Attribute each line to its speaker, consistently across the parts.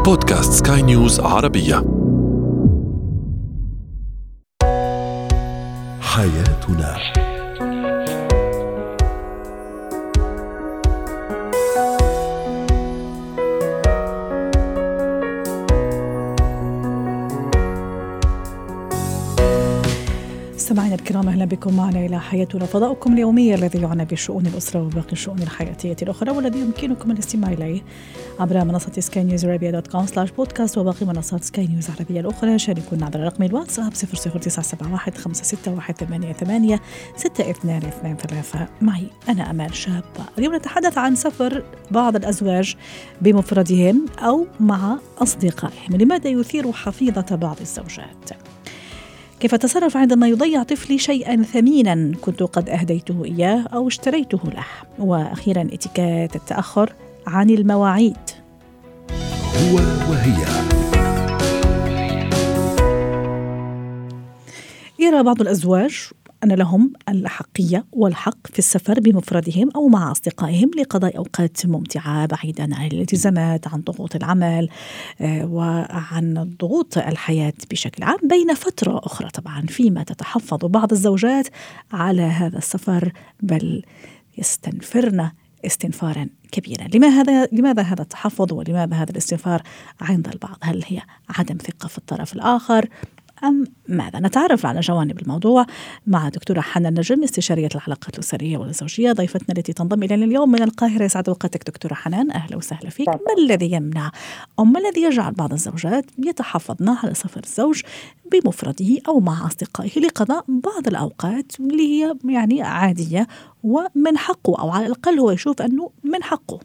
Speaker 1: بودكاست سكاي نيوز عربية. حياتنا.
Speaker 2: سمعنا الكرام، أهلا بكم معنا إلى حياتنا، فضاؤكم اليومي الذي يعنى بشؤون الأسرة وباقي الشؤون الحياتية الأخرى، والذي يمكنكم الاستماع إليه عبر منصة skynewsarabia.com/podcast وباقي منصات سكاي نيوز عربية الأخرى. شاركونا عبر رقم الواتساب 00971 561 886 معي أنا أمال شابة. اليوم نتحدث عن سفر بعض الأزواج بمفردهم أو مع أصدقائهم. لماذا يثير حفيظة بعض الزوجات؟ كيف أتصرف عندما يضيع طفلي شيئا ثمينا كنت قد أهديته إياه أو اشتريته له؟ وأخيرا اتكات التأخر عن المواعيد.
Speaker 1: هو وهي.
Speaker 2: يرى بعض الأزواج أن لهم الأحقية والحق في السفر بمفردهم أو مع أصدقائهم لقضاء أوقات ممتعة بعيدا عن الالتزامات، عن ضغوط العمل وعن ضغوط الحياة بشكل عام، بين فترة أخرى طبعا فيما تتحفظ بعض الزوجات على هذا السفر، بل يستنفرن استنفارا كبيرا. لماذا هذا التحفظ ولماذا هذا الاستنفار عند البعض؟ هل هي عدم ثقة في الطرف الآخر أم ماذا؟ نتعرف على جوانب الموضوع مع دكتورة حنان نجم، استشارية العلاقات الأسرية والزوجية، ضيفتنا التي تنضم إلينا اليوم من القاهرة. يسعد وقتك دكتورة حنان، أهلا وسهلا فيك. ما الذي يمنع أو ما الذي يجعل بعض الزوجات يتحفظن على سفر الزوج بمفرده أو مع أصدقائه لقضاء بعض الأوقات اللي هي يعني عادية ومن حقه، أو على الأقل هو يشوف أنه من حقه؟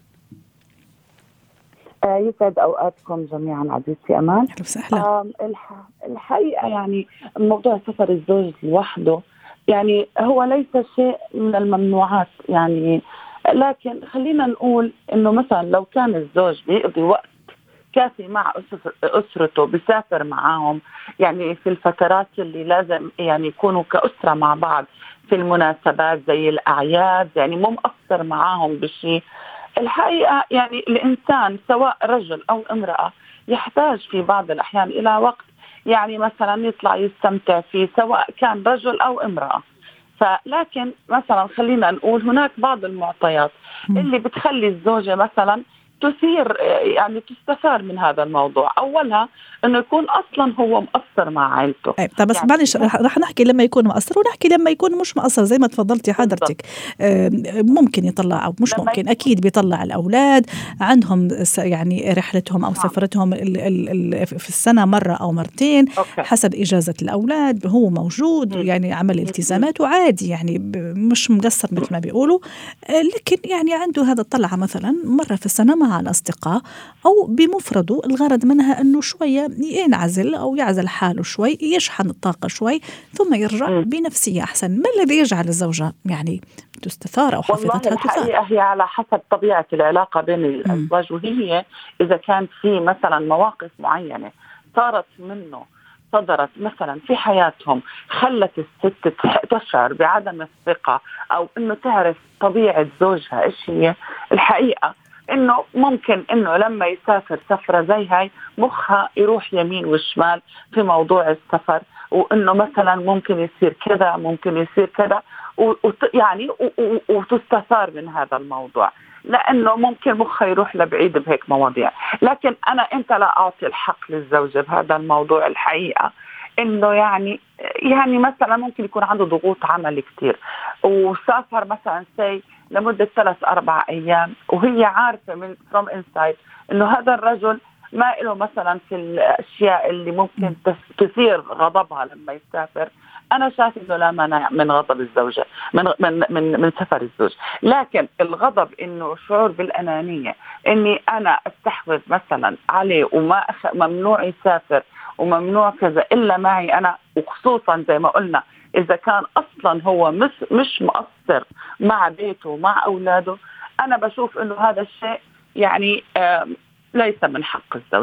Speaker 3: يسعد أوقاتكم جميعا عزيزتي أمان.
Speaker 2: أهلا وسهلا.
Speaker 3: الحقيقة يعني موضوع سفر الزوج لوحده يعني هو ليس شيء من الممنوعات يعني، لكن خلينا نقول إنه مثلا لو كان الزوج بيقضي وقت كافي مع أسرته، بيسافر معاهم يعني في الفترات اللي لازم يعني يكونوا كأسرة مع بعض، في المناسبات زي الأعياد، يعني مو مقصر معاهم بشيء. الحقيقة يعني الإنسان سواء رجل أو امرأة يحتاج في بعض الأحيان إلى وقت يعني مثلا يطلع يستمتع فيه، سواء كان رجل أو امرأة. فلكن مثلا خلينا نقول هناك بعض المعطيات اللي بتخلي الزوجة مثلا تثير يعني تستثار من هذا الموضوع. أولها أنه يكون أصلا هو مقصر مع عائلته.
Speaker 2: طب بس
Speaker 3: يعني
Speaker 2: معلش، رح نحكي لما يكون مقصر ونحكي لما يكون مش مقصر زي ما تفضلتي حضرتك. ممكن يطلع أو مش ممكن، أكيد بيطلع الأولاد عندهم يعني رحلتهم أو سفرتهم في السنة مرة أو مرتين حسب إجازة الأولاد، هو موجود يعني عمل التزامات وعادي يعني مش مقصر مثل ما بيقولوا. لكن يعني عنده هذا الطلعة مثلا مرة في السنة مع الأصدقاء أو بمفرده، الغرض منها أنه شوية ينعزل أو يعزل حاله شوي، يشحن الطاقة شوي ثم يرجع بنفسية أحسن. ما الذي يجعل الزوجة يعني تستثار أو حفظتها تثار؟
Speaker 3: الحقيقة هي على حسب طبيعة العلاقة بين الأزواج، وهي إذا كان في مثلا مواقف معينة صدرت مثلا في حياتهم خلت الست تشعر بعدم الثقة أو إنه تعرف طبيعة زوجها إيش هي. الحقيقة إنه ممكن إنه لما يسافر سفرة زي هاي مخها يروح يمين وشمال في موضوع السفر، وإنه مثلا ممكن يصير كذا ممكن يصير كذا يعني وتستثار من هذا الموضوع، لأنه ممكن مخها يروح لبعيد بهيك مواضيع. لكن أنت لا أعطي الحق للزوجة بهذا الموضوع. الحقيقة إنه يعني مثلا ممكن يكون عنده ضغوط عمل كتير وسافر مثلا لمدة 3-4 أيام، وهي عارفة من from inside إنه هذا الرجل ما له مثلا في الأشياء اللي ممكن تثير غضبها لما يسافر. أنا شايف إنه لا مانع من غضب الزوجة من سفر الزوج، لكن الغضب إنه شعور بالأنانية، إني أنا أستحوذ مثلا عليه وما ممنوع يسافر وممنوع كذا إلا معي أنا، وخصوصا زي ما قلنا إذا كان أصلا هو مش مقصر مع بيته ومع أولاده. أنا بشوف إنه هذا الشيء يعني ليس من حق الزوجة.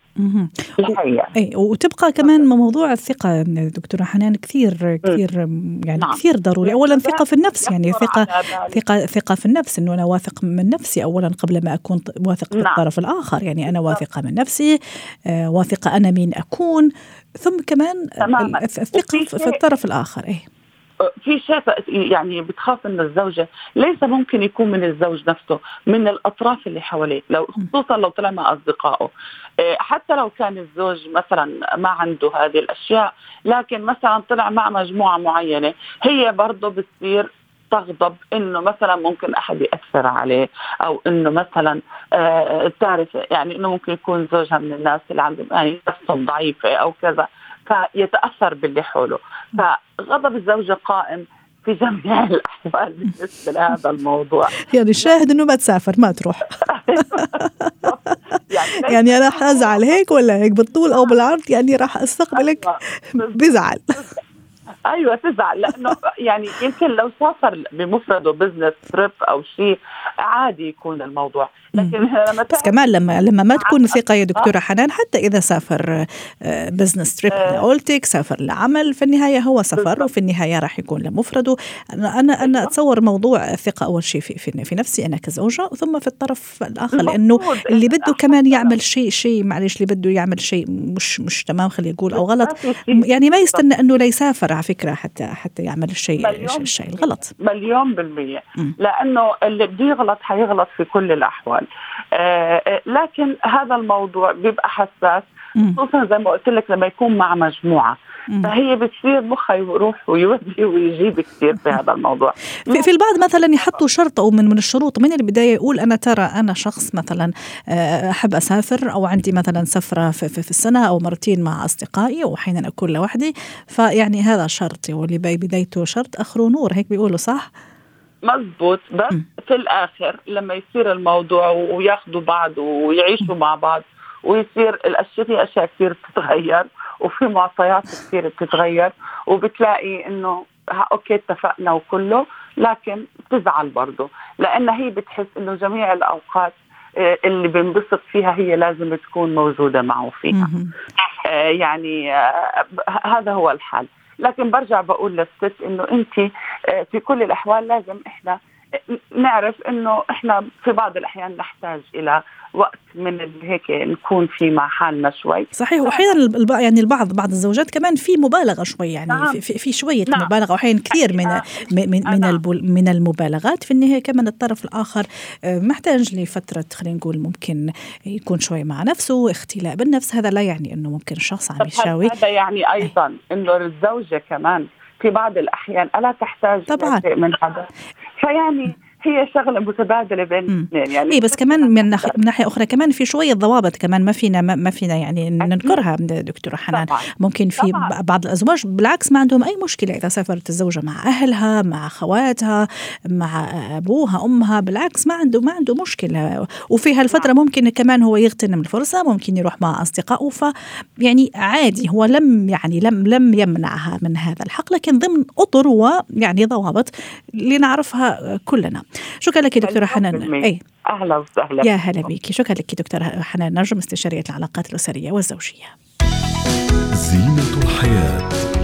Speaker 2: الحقيقة. وتبقى كمان موضوع الثقة دكتورة حنان كثير يعني كثير ضروري. أولا ثقة في النفس، يعني ثقة في النفس، إنه أنا واثق من نفسي أولا قبل ما أكون واثق في الطرف الآخر. يعني أنا واثقة من نفسي، واثقة أنا مين أكون، ثم كمان الثقة في الطرف الآخر.
Speaker 3: في شيء يعني بتخاف إن الزوجة ليس ممكن يكون من الزوج نفسه، من الأطراف اللي حواليه، خصوصا لو طلع مع أصدقائه. حتى لو كان الزوج مثلا ما عنده هذه الأشياء، لكن مثلا طلع مع مجموعة معينة، هي برضه بتصير تغضب إنه مثلا ممكن أحد يأثر عليه، أو إنه مثلا تعرف يعني إنه ممكن يكون زوجها من الناس اللي عندهم يعني نفسهم ضعيفة أو كذا، فيتأثر باللي حوله. فغضب الزوجة قائم في جميع الأحوال بالنسبة لهذا الموضوع.
Speaker 2: يعني الشاهد إنه ما تسافر، ما تروح. يعني أنا راح أزعل هيك ولا هيك، بالطول أو بالعرض، يعني راح أستقبلك بزعل.
Speaker 3: أيوة تزعل، لأنه يعني يمكن لو سافر بمفرده بزنس تريب أو شيء عادي يكون الموضوع، لكن
Speaker 2: بس كمان لما ما تكون ثقة يا دكتورة حنان، حتى إذا سافر بزنس تريب قلتك سافر لعمل، في النهاية هو سفر، وفي النهاية راح يكون لمفرده. أنا أتصور موضوع الثقة أول شيء في نفسي أنا كزوجة، ثم في الطرف الآخر، لأنه اللي بده كمان يعمل شيء معلش، اللي بده يعمل شيء مش تمام خلي يقول أو غلط، يعني ما يستنى أنه لا يسافر على فكرة حتى يعمل الشيء الغلط.
Speaker 3: 1,000,000%. لأنه اللي بده يغلط حيغلط في كل الأحوال. لكن هذا الموضوع بيبقى حساس، خصوصا زي ما قلت لك لما يكون مع مجموعة، فهي بتصير مخها يروح ويودي ويجيب كثير في هذا الموضوع.
Speaker 2: في البعض مثلا يحطوا شرط أو من الشروط من البداية، يقول أنا ترى أنا شخص مثلا أحب أسافر، أو عندي مثلا سفرة في السنة أو مرتين مع أصدقائي، وأحيانا أكون لوحدي، فيعني هذا شرطي، واللي بدايته شرط آخره نور، هيك بيقولوا صح؟
Speaker 3: مزبوط. بس في الآخر لما يصير الموضوع وياخدوا بعض ويعيشوا مع بعض ويصير الأشياء كثير بتتغير، وفي معطيات كثير بتتغير، وبتلاقي إنه أوكي اتفقنا وكله، لكن بتزعل برضه، لأن هي بتحس إنه جميع الأوقات اللي بنبسط فيها هي لازم تكون موجودة معه فيها. يعني هذا هو الحال. لكن برجع بقول للست إنه أنت في كل الأحوال لازم إحنا نعرف إنه إحنا في بعض الأحيان نحتاج إلى وقت من هيك نكون في مع حالنا شوي.
Speaker 2: صحيح. وأحيانا يعني بعض الزوجات كمان في مبالغة شوي، يعني في شوية مبالغة، وأحيانا كثير من المبالغات. في النهاية كمان الطرف الآخر محتاج لفترة، خلينا نقول ممكن يكون شوي مع نفسه، اختلاء بالنفس. هذا لا يعني إنه ممكن شخص عم يشاوي.
Speaker 3: هذا يعني أيضا إنه الزوجة كمان في بعض الأحيان ألا تحتاج شيء من هذا، فيعني هي شغلة متبادلة بين الاثنين. يعني
Speaker 2: إيه، بس كمان من ناحية أخرى كمان في شوية ضوابط كمان ما فينا يعني ننكرها دكتورة حنان. ممكن في بعض الأزواج بالعكس ما عندهم أي مشكلة إذا سافرت الزوجة مع أهلها، مع خواتها، مع أبوها أمها، بالعكس ما عنده مشكلة. وفي هالفترة ممكن كمان هو يغتنم الفرصة، ممكن يروح مع أصدقائه، يعني عادي، هو لم يمنعها من هذا الحق، لكن ضمن أطر ويعني ضوابط اللي نعرفها كلنا. شكرا لك دكتورة حنان.
Speaker 3: أهلا وسهلا.
Speaker 2: يا هلا بيكي. شكرا لك دكتورة حنان نجم، استشارية العلاقات الأسرية والزوجية.
Speaker 1: زينة الحياة.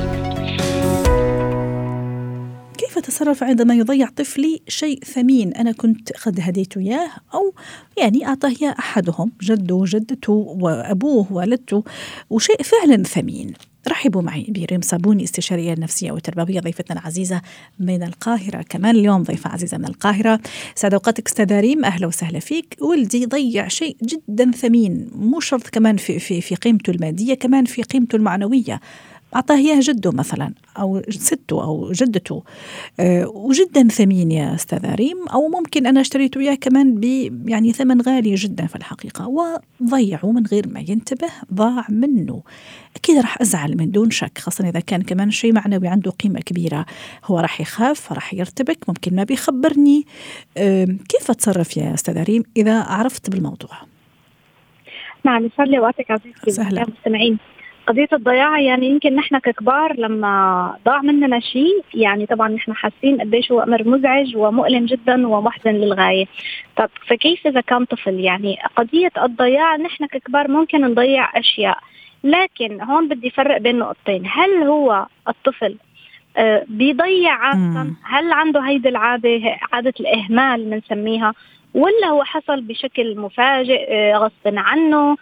Speaker 2: كيف أتصرف عندما يضيع طفلي شيء ثمين أنا كنت قد هديته إياه، أو يعني أعطاه إياه أحدهم، جده وجدته وأبوه والدته، وشيء فعلا ثمين؟ رحبوا معي بريم صابوني، استشارية نفسية وتربوية، ضيفتنا العزيزة من القاهرة. كمان اليوم ضيفة عزيزة من القاهرة. سعد أوقاتك أستاذة ريم، أهلا وسهلا فيك. ولدي ضيع شيء جدا ثمين، مو شرط كمان في قيمته المادية، كمان في قيمته المعنوية. أعطاه إياه جده مثلا، أو سته أو جدته، وجدا ثمين يا أستاذة ريم، أو ممكن أنا اشتريته إياه كمان يعني ثمن غالي جدا في الحقيقة، وضيعه من غير ما ينتبه، ضاع منه. أكيد راح أزعل من دون شك، خاصة إذا كان كمان شيء معنوي عنده قيمة كبيرة. هو راح يخاف، راح يرتبك، ممكن ما بيخبرني. كيف أتصرف يا أستاذة ريم إذا عرفت بالموضوع؟
Speaker 4: نعم، يسعد لي وقتك عزيزتي.
Speaker 2: سهلا.
Speaker 4: المستمعين، قضية الضياع يعني يمكن نحن ككبار لما ضاع مننا شيء يعني طبعا نحن حاسين قديش هو أمر مزعج ومؤلم جدا ومحزن للغاية. طب فكيف إذا كان طفل؟ يعني قضية الضياع نحن ككبار ممكن نضيع أشياء، لكن هون بدي فرق بين نقطتين. هل هو الطفل بيضيع عادة؟ هل عنده هيدي العادة، عادة الإهمال بنسميها، ولا هو حصل بشكل مفاجئ غصب عنه؟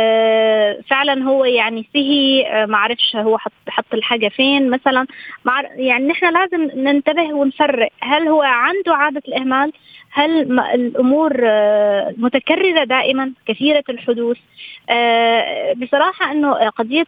Speaker 4: فعلا هو يعني سهي ما عرفش هو حط الحاجة فين مثلا. يعني نحن لازم ننتبه ونفرق، هل هو عنده عادة الإهمال؟ هل الأمور متكررة دائما كثيرة الحدوث؟ بصراحة أنه قضية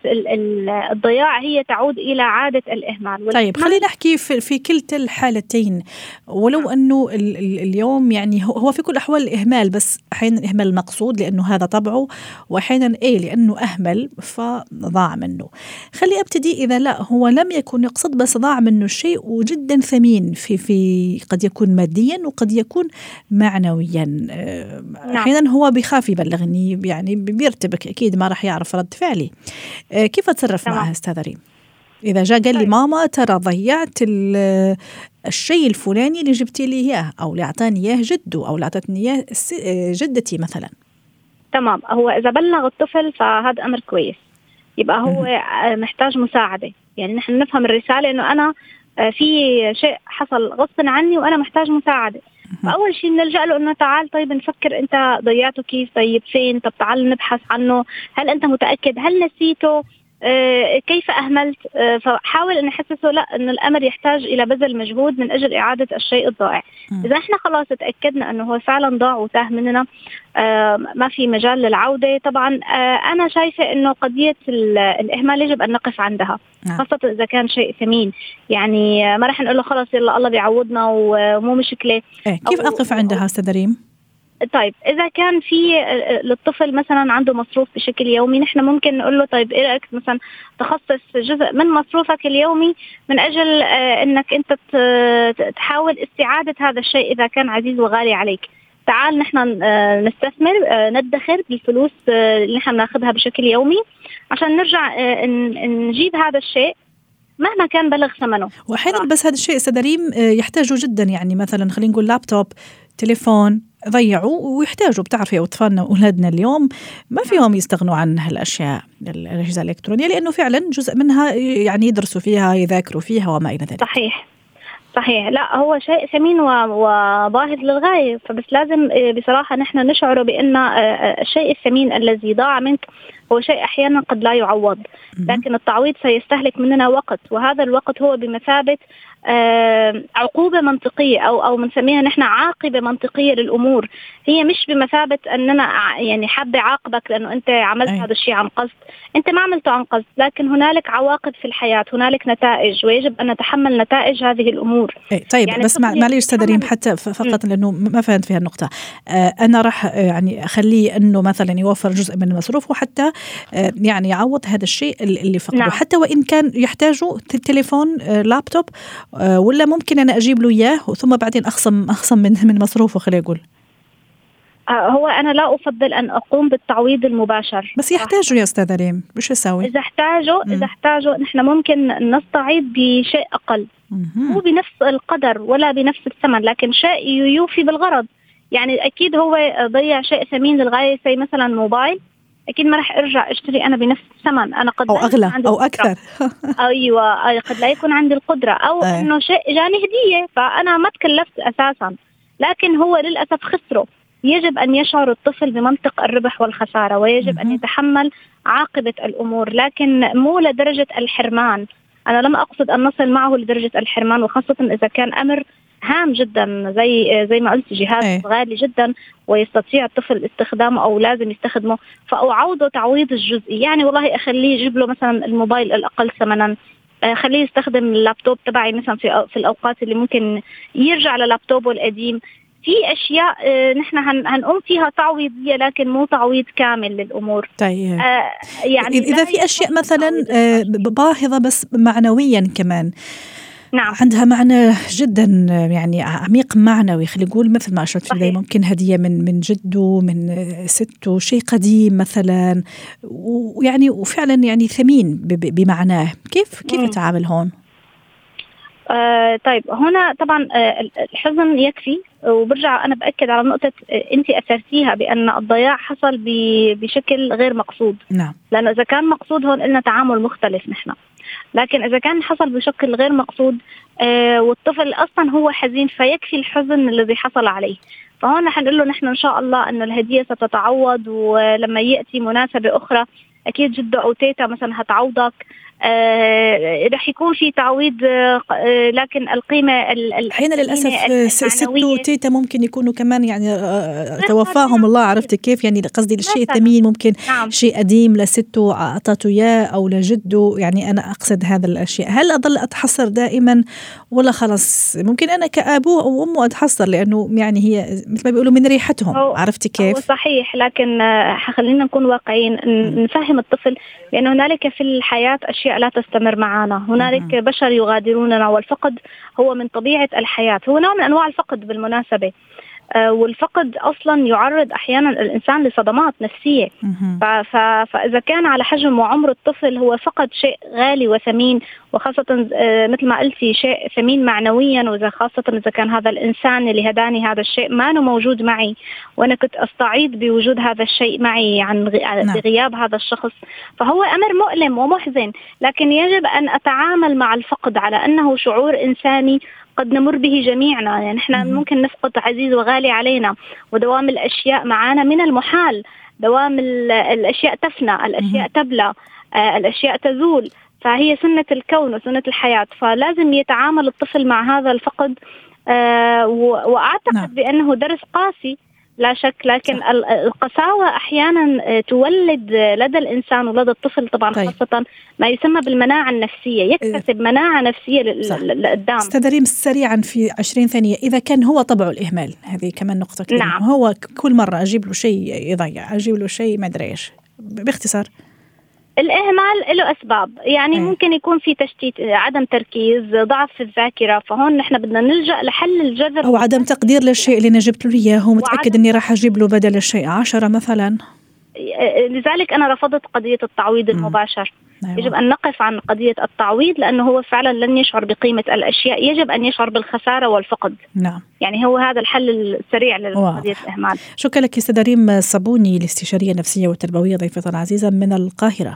Speaker 4: الضياع هي تعود إلى عادة الإهمال.
Speaker 2: طيب خلينا نحكي في كلتا الحالتين، ولو أنه اليوم يعني هو في كل الأحوال الإهمال، بس أحيانا الإهمال المقصود لأنه هذا طبعه، وأحيانا لأنه أهمل فضاع منه. خلي أبتدي إذا لا هو لم يكن يقصد بس ضاع منه الشيء وجدا ثمين في قد يكون ماديا وقد يكون معنويا. أحيانا هو بيخاف يبلغني، يعني بيرتبك، أكيد ما راح يعرف رد فعلي. كيف أتصرف معها أستاذة ريم إذا جاء قال لي ماما ترى ضيعت الشيء الفلاني اللي جبتي لي إياه، أو اللي أعطاني إياه جده، أو اللي أعطتني إياه جدتي مثلا؟
Speaker 4: تمام. هو إذا بلغ الطفل فهذا أمر كويس، يبقى هو محتاج مساعدة. يعني نحن نفهم الرسالة إنه أنا في شيء حصل غصب عني وأنا محتاج مساعدة. فأول شيء نلجأ له إنه تعال طيب نفكر أنت ضيعته كيف، طيب فين، طب تعال نبحث عنه، هل أنت متأكد، هل نسيته، كيف أهملت. فحاول أن نحسسه لا، أن الأمر يحتاج إلى بذل مجهود من أجل إعادة الشيء الضائع. إذا إحنا خلاص اتأكدنا أنه هو فعلا ضاع وتاه مننا، ما في مجال للعودة. طبعا أنا شايفة أنه قضية الإهمال يجب أن نقف عندها، خاصة إذا كان شيء ثمين. يعني ما رح نقول له خلاص يلا الله بيعوضنا ومو مشكلة.
Speaker 2: كيف أقف عندها أستاذة ريم؟
Speaker 4: طيب إذا كان في للطفل مثلا عنده مصروف بشكل يومي، نحن ممكن نقول له طيب إيه رأيك مثلا تخصص جزء من مصروفك اليومي من أجل أنك أنت تحاول استعادة هذا الشيء إذا كان عزيز وغالي عليك. تعال نحن نستثمر، ندخر بالفلوس اللي نحن ناخذها بشكل يومي عشان نرجع نجيب هذا الشيء مهما كان بلغ ثمنه.
Speaker 2: وأحيانا بس هذا الشيء أستاذة ريم يحتاجه جدا، يعني مثلا خلينا نقول لابتوب، تليفون ضيعوا ويحتاجوا. بتعرفي أطفالنا وأولادنا اليوم ما فيهم يستغنوا عن هالأشياء، الأجهزة الإلكترونية، لأنه فعلا جزء منها يعني يدرسوا فيها، يذاكروا فيها وما إلى ذلك.
Speaker 4: صحيح. لا هو شيء ثمين وباهظ للغاية، فبس لازم بصراحة نحن نشعر بأن الشيء الثمين الذي ضاع منك هو شيء أحيانا قد لا يعوض، لكن التعويض سيستهلك مننا وقت، وهذا الوقت هو بمثابة عقوبة منطقية أو بنسميها نحن عاقبة منطقية للأمور. هي مش بمثابة أننا يعني حابة عاقبك لأنه أنت عملت هذا الشيء عن قصد، أنت ما عملته عن قصد، لكن هنالك عواقب في الحياة، هنالك نتائج، ويجب أن نتحمل نتائج هذه الأمور.
Speaker 2: طيب يعني بس معليش أستاذة ريم حتى فقط لأنه ما فهمت في هالنقطة. أنا راح يعني أخليه أنه مثلا يوفر جزء من المصروف وحتى يعني يعوض هذا الشيء اللي فقده. نعم. حتى وإن كان يحتاجه تليفون، لابتوب، ولا ممكن أنا أجيب له إياه ثم بعدين أخصم من مصروفه. خلينا نقول
Speaker 4: هو أنا لا أفضل أن أقوم بالتعويض المباشر،
Speaker 2: بس يحتاجوا يا أستاذة ريم، وش أسوي؟ إذا
Speaker 4: احتاجوا نحن ممكن نستعيض بشيء أقل، مو بنفس القدر ولا بنفس الثمن، لكن شيء يوفي بالغرض. يعني أكيد هو ضيع شيء ثمين للغاية، زي مثلا موبايل، أكيد ما رح أرجع أشتري أنا بنفس الثمن، أنا قد
Speaker 2: أو أغلى أو أكثر.
Speaker 4: أيوة قد لا يكون عندي القدرة، أو إنه شيء جاني هدية فأنا ما تكلفت أساسا، لكن هو للأسف خسره. يجب أن يشعر الطفل بمنطق الربح والخسارة، ويجب أن يتحمل عاقبة الأمور، لكن مو لدرجة الحرمان. أنا لم أقصد أن نصل معه لدرجة الحرمان، وخاصة إذا كان أمر هام جدا زي ما قلت جهاز غالي جدا ويستطيع الطفل استخدامه أو لازم يستخدمه، فأعوضه تعويض الجزئي. يعني والله أخليه يجيب له مثلا الموبايل الأقل ثمنا، خليه يستخدم اللابتوب تبعي مثلا في الأوقات اللي ممكن يرجع للابتوبه القديم. في أشياء نحن هنقوم فيها تعويضية، لكن مو تعويض كامل للأمور.
Speaker 2: طيب يعني إذا في أشياء مثلا باهظة بس معنويا كمان،
Speaker 4: نعم.
Speaker 2: عندها معنى جدا يعني عميق معنوي، خلينا نقول مثل ما أشرت في ممكن هدية من جده، من سته، شيء قديم مثلا، ويعني وفعلا يعني ثمين بمعناه. كيف نتعامل هون؟
Speaker 4: طيب هنا طبعا الحزن يكفي، وبرجع أنا بأكد على نقطة أنت أثرتيها بأن الضياع حصل بشكل غير مقصود.
Speaker 2: نعم.
Speaker 4: لأنه إذا كان مقصود هون لنا تعامل مختلف نحن، لكن إذا كان حصل بشكل غير مقصود والطفل أصلا هو حزين فيكفي الحزن الذي حصل عليه. فهون رح نقول له نحن إن شاء الله أن الهدية ستتعوض، ولما يأتي مناسبة أخرى أكيد جدة أو تيتا مثلا هتعوضك، رح يكون في تعويض، لكن القيمة
Speaker 2: الحين للأسف ستو وتيتا ممكن يكونوا كمان يعني توفاهم الله، عرفت كيف؟ يعني قصدي الشيء ثمين ممكن. نعم. شيء قديم لستو أعطته إياه أو لجده، يعني أنا أقصد هذا الأشياء. هل أضل أتحسر دائما ولا خلاص ممكن أنا كأبوه أو أمه أتحسر، لأنه يعني هي مثل ما بيقولوا من ريحتهم، عرفت كيف؟
Speaker 4: صحيح، لكن خلينا نكون واقعيين، نفهم الطفل بأنه هنالك في الحياة أشياء لا تستمر معنا، هنالك بشر يغادروننا، والفقد هو من طبيعة الحياة، هو نوع من أنواع الفقد بالمناسبة. والفقد أصلا يعرض أحيانا الإنسان لصدمات نفسية. فإذا كان على حجم وعمر الطفل هو فقد شيء غالي وثمين، وخاصة مثل ما قلتي شيء ثمين معنويا، وإذا خاصة إذا كان هذا الإنسان اللي هداني هذا الشيء ما أنه موجود معي، وأنا كنت أستعيد بوجود هذا الشيء معي بغياب هذا الشخص، فهو أمر مؤلم ومحزن. لكن يجب أن أتعامل مع الفقد على أنه شعور إنساني قد نمر به جميعنا. يعني نحن ممكن نفقد عزيز وغالي علينا، ودوام الأشياء معنا من المحال، دوام الأشياء تفنى، الأشياء تبلى، الأشياء تزول، فهي سنة الكون وسنة الحياة. فلازم يتعامل الطفل مع هذا الفقد، وأعتقد بأنه درس قاسي لا شك، لكن القساوة أحيانا تولد لدى الإنسان ولدى الطفل طبعا خاصة ما يسمى بالمناعة النفسية، يكتسب مناعة نفسية للقدام.
Speaker 2: أستاذ ريم سريعا في 20 ثانية، إذا كان هو طبعه الإهمال، هذه كمان نقطة كده. نعم. هو كل مرة أجيب له شيء يضيع، أجيب له شيء ما أدري إيش، باختصار
Speaker 4: الإهمال له أسباب، يعني ممكن يكون في تشتيت، عدم تركيز، ضعف في الذاكرة، فهون نحن بدنا نلجأ لحل الجذر،
Speaker 2: أو عدم تقدير للشيء اللي أنا جبت له إياه، هو متأكد إني راح أجيب له بدل الشيء 10 مثلا.
Speaker 4: لذلك أنا رفضت قضية التعويض المباشر. يجب أن نقف عن قضية التعويض، لأنه هو فعلا لن يشعر بقيمة الأشياء، يجب أن يشعر بالخسارة والفقد.
Speaker 2: نعم.
Speaker 4: يعني هو هذا الحل السريع لقضية الإهمال.
Speaker 2: شكرا لك أستاذة ريم صابوني، الاستشارية النفسية والتربوية، ضيفتنا العزيزة من القاهرة.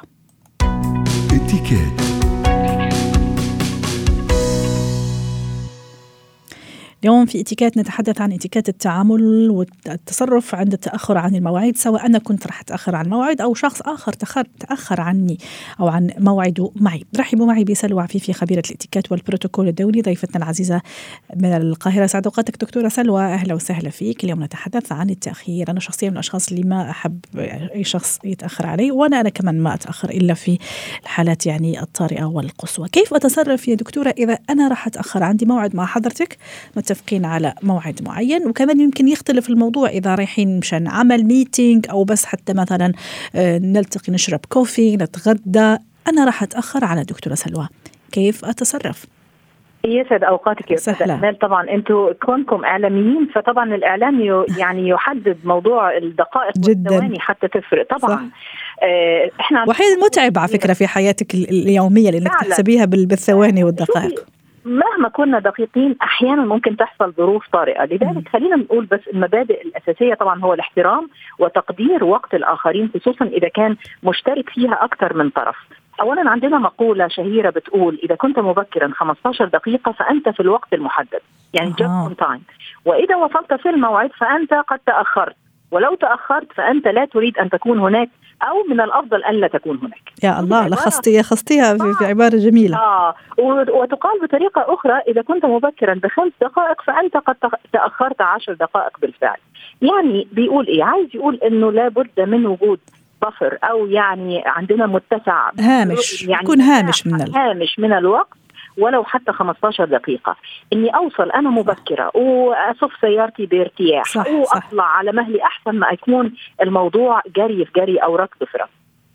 Speaker 2: اليوم في اتيكيت نتحدث عن اتيكيت التعامل والتصرف عند التأخر عن المواعيد، سواء أنا كنت رح أتأخر عن الموعد أو شخص آخر تأخر عني أو عن موعده معي. رحبوا معي بسلوى عفيفي، خبيرة الاتيكيت والبروتوكول الدولي، ضيفتنا العزيزة من القاهرة. سعد أوقاتك دكتورة سلوى، أهلا وسهلا فيك. اليوم نتحدث عن التأخير. أنا شخصيا من الأشخاص اللي ما أحب أي شخص يتأخر علي، وأنا كمان ما أتأخر إلا في الحالات يعني الطارئة والقصوى. كيف أتصرف يا دكتورة إذا أنا رح أتأخر؟ عندي موعد مع حضرتك، متفقين على موعد معين، وكمان يمكن يختلف الموضوع إذا رايحين مشان عمل ميتينج أو بس حتى مثلا نلتقي نشرب كوفي نتغدى، أنا راح أتأخر على دكتورة سلوى، كيف أتصرف؟
Speaker 5: يسعد أوقاتك يا أستاذ أمال. طبعا أنتوا كونكم إعلاميين، فطبعا الإعلام يعني يحدد موضوع الدقائق والثواني حتى تفرق طبعا.
Speaker 2: إحنا وحين متعب على فكرة في حياتك اليومية لأنك تحسبيها بالثواني والدقائق.
Speaker 5: مهما كنا دقيقين أحيانا ممكن تحصل ظروف طارئة، لذلك خلينا نقول بس المبادئ الأساسية طبعا هو الاحترام وتقدير وقت الآخرين، خصوصا إذا كان مشترك فيها أكثر من طرف. أولا عندنا مقولة شهيرة بتقول إذا كنت مبكرا 15 دقيقة فأنت في الوقت المحدد، يعني just on time، وإذا وصلت في الموعد فأنت قد تأخرت، ولو تأخرت فأنت لا تريد أن تكون هناك، أو من الأفضل أن لا تكون هناك.
Speaker 2: يا الله، لخصتيها في عبارة جميلة.
Speaker 5: وتقال بطريقة أخرى إذا كنت مبكرا ب5 دقائق فأنت قد تأخرت 10 دقائق بالفعل. يعني بيقول إيه؟ عايز يقول إنه لابد من وجود بفر، أو يعني عندنا متسع
Speaker 2: هامش،
Speaker 5: يعني
Speaker 2: يكون هامش
Speaker 5: من الوقت، ولو حتى 15 دقيقة، إني أوصل أنا مبكرة وأصف سيارتي بارتياح وأطلع على مهلي، أحسن ما يكون الموضوع جري في جري أو ركض في ركض.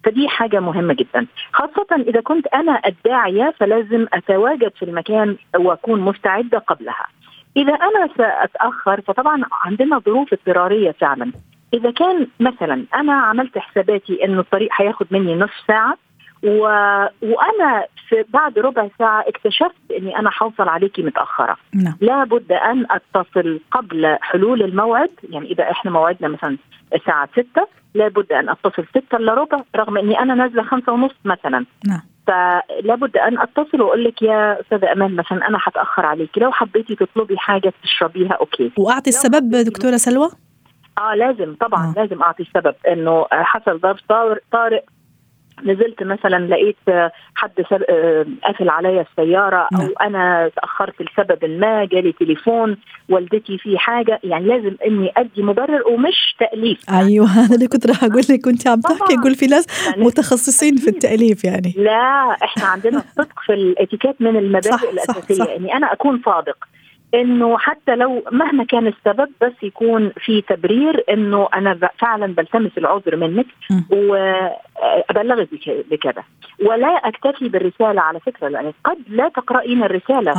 Speaker 5: فدي حاجة مهمة جدا، خاصة إذا كنت أنا الداعية فلازم أتواجد في المكان وأكون مستعدة قبلها. إذا أنا سأتأخر فطبعا عندنا ظروف اضطرارية فعلا. إذا كان مثلا أنا عملت حساباتي إنه الطريق هياخد مني نصف ساعة وأنا بعد ربع ساعة اكتشفت إني أنا حوصل عليكي متأخرة، لابد أن أتصل قبل حلول الموعد. يعني إذا إحنا موعدنا مثلا الساعة 6 لابد أن أتصل 6 إلا ربع رغم إني أنا نازلة 5:30 مثلا. فلابد أن أتصل وأقول لك يا أستاذة أمال مثلا أنا هتأخر عليكي، لو حبيتي تطلبي حاجة تشربيها أوكي.
Speaker 2: وأعطي السبب دكتورة سلوى؟
Speaker 5: لازم طبعا لازم أعطي السبب، إنه حصل ظرف طارئ، نزلت مثلا لقيت حد قافل عليا السيارة أو أنا تأخرت لسبب ما، جالي تليفون، والدتي في حاجة، يعني لازم إني أدي مبرر ومش تأليف.
Speaker 2: أيوة هذا اللي كنت راح أقول لك، كنت عم تحكي أقول في ناس يعني متخصصين في التأليف يعني.
Speaker 5: لا إحنا عندنا الصدق في الاتيكيت من المبادئ الأساسية. يعني أنا أكون صادق إنه حتى لو مهما كان السبب بس يكون في تبرير إنه أنا فعلا بلتمس العذر منك وأبلغك بكذا، ولا أكتفي بالرسالة على فكرة، لأن قد لا تقرأين الرسالة.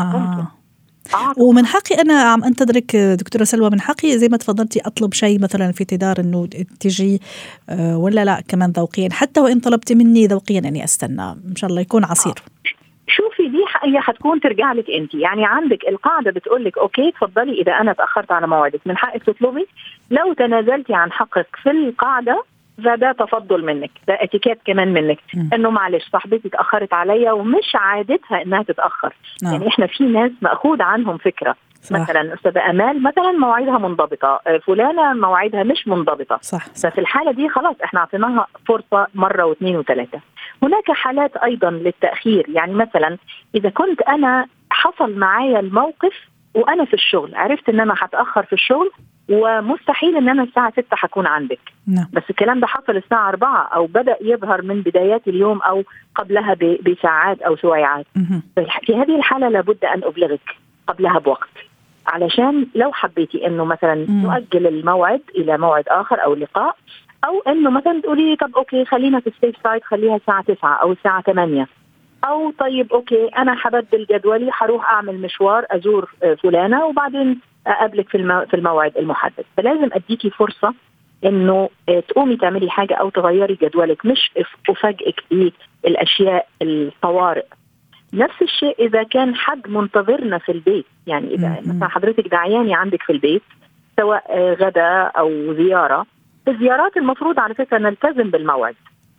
Speaker 2: ومن حقي أنا عم أنتظرك دكتورة سلوى، من حقي زي ما تفضلتي أطلب شيء مثلا في انتظار إنه تجي ولا لا كمان ذوقيا، حتى وإن طلبتي مني ذوقيا أني أستنى إن شاء الله يكون عصير.
Speaker 5: شوفي دي هي هتكون ترجع لك انت، يعني عندك القاعده بتقول لك اوكي تفضلي اذا انا تاخرت على موعدك من حقك تطلبي، لو تنازلتي عن حقك في القاعده فده تفضل منك، ده اتيكيت كمان منك، انه معلش صاحبتي تاخرت عليا ومش عادتها انها تتاخر. يعني احنا في ناس مأخوذ عنهم فكره مثلا أستاذة أمال مثلا مواعيدها منضبطة، فلانة مواعيدها مش منضبطة. ففي الحالة دي خلاص احنا اعطيناها فرصة مرة واثنين وثلاثة. هناك حالات أيضا للتأخير، يعني مثلا إذا كنت أنا حصل معايا الموقف وأنا في الشغل، عرفت أن أنا هتأخر في الشغل ومستحيل أن أنا الساعة 6 هكون عندك، بس الكلام ده حصل الساعة 4 أو بدأ يظهر من بدايات اليوم أو قبلها بساعات أو سويعات. في هذه الحالة لابد أن أبلغك قبلها بوقت، علشان لو حبيتي انه مثلا نؤجل الموعد الى موعد اخر او لقاء، او انه مثلا تقولي طب اوكي خلينا في السيف سايد خليها الساعه 9 او الساعه 8، او طيب اوكي انا هبدل جدولي هروح اعمل مشوار ازور فلانه وبعدين اقابلك في الموعد المحدد. فلازم اديكي فرصه انه تقومي تعملي حاجه او تغيري جدولك، مش افاجئك بالاشياء الطوارئ. نفس الشيء إذا كان حد منتظرنا في البيت، يعني إذا مثلا حضرتك دعياني عندك في البيت سواء غدا أو زيارة، في الزيارات المفروض على فكرة نلتزم بالموعد،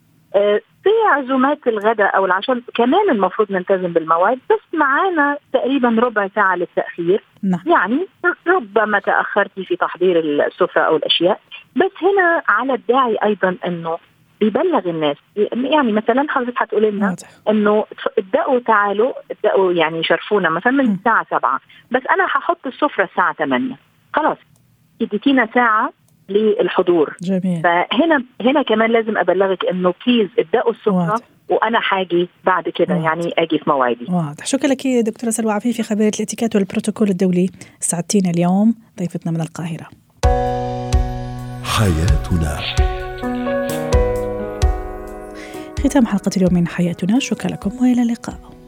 Speaker 5: في عزومات الغدا أو العشاء كمان المفروض نلتزم بالموعد، بس معانا تقريبا ربع ساعة للتأخير. يعني ربما تأخرتي في تحضير السفرة أو الأشياء، بس هنا على الداعي أيضا أنه بيبلغ الناس. يعني مثلا حضرتك هتقول لنا انه تعالوا يعني شرفونا مثلا من الساعه 7، بس انا هحط السفره الساعه 8، خلاص اديتينا ساعه للحضور.
Speaker 2: جميل.
Speaker 5: فهنا كمان لازم ابلغك انه بليز ابداوا السفره وانا حاجي بعد كده يعني اجي في موعدي.
Speaker 2: واضح. شكرا لك دكتوره سلوى عفيفي، خبيره الاتيكيت والبروتوكول الدولي، ساعدتينا اليوم ضيفتنا من القاهره.
Speaker 1: حياتنا.
Speaker 2: ختام حلقة اليوم من حياتنا، شكرا لكم وإلى اللقاء.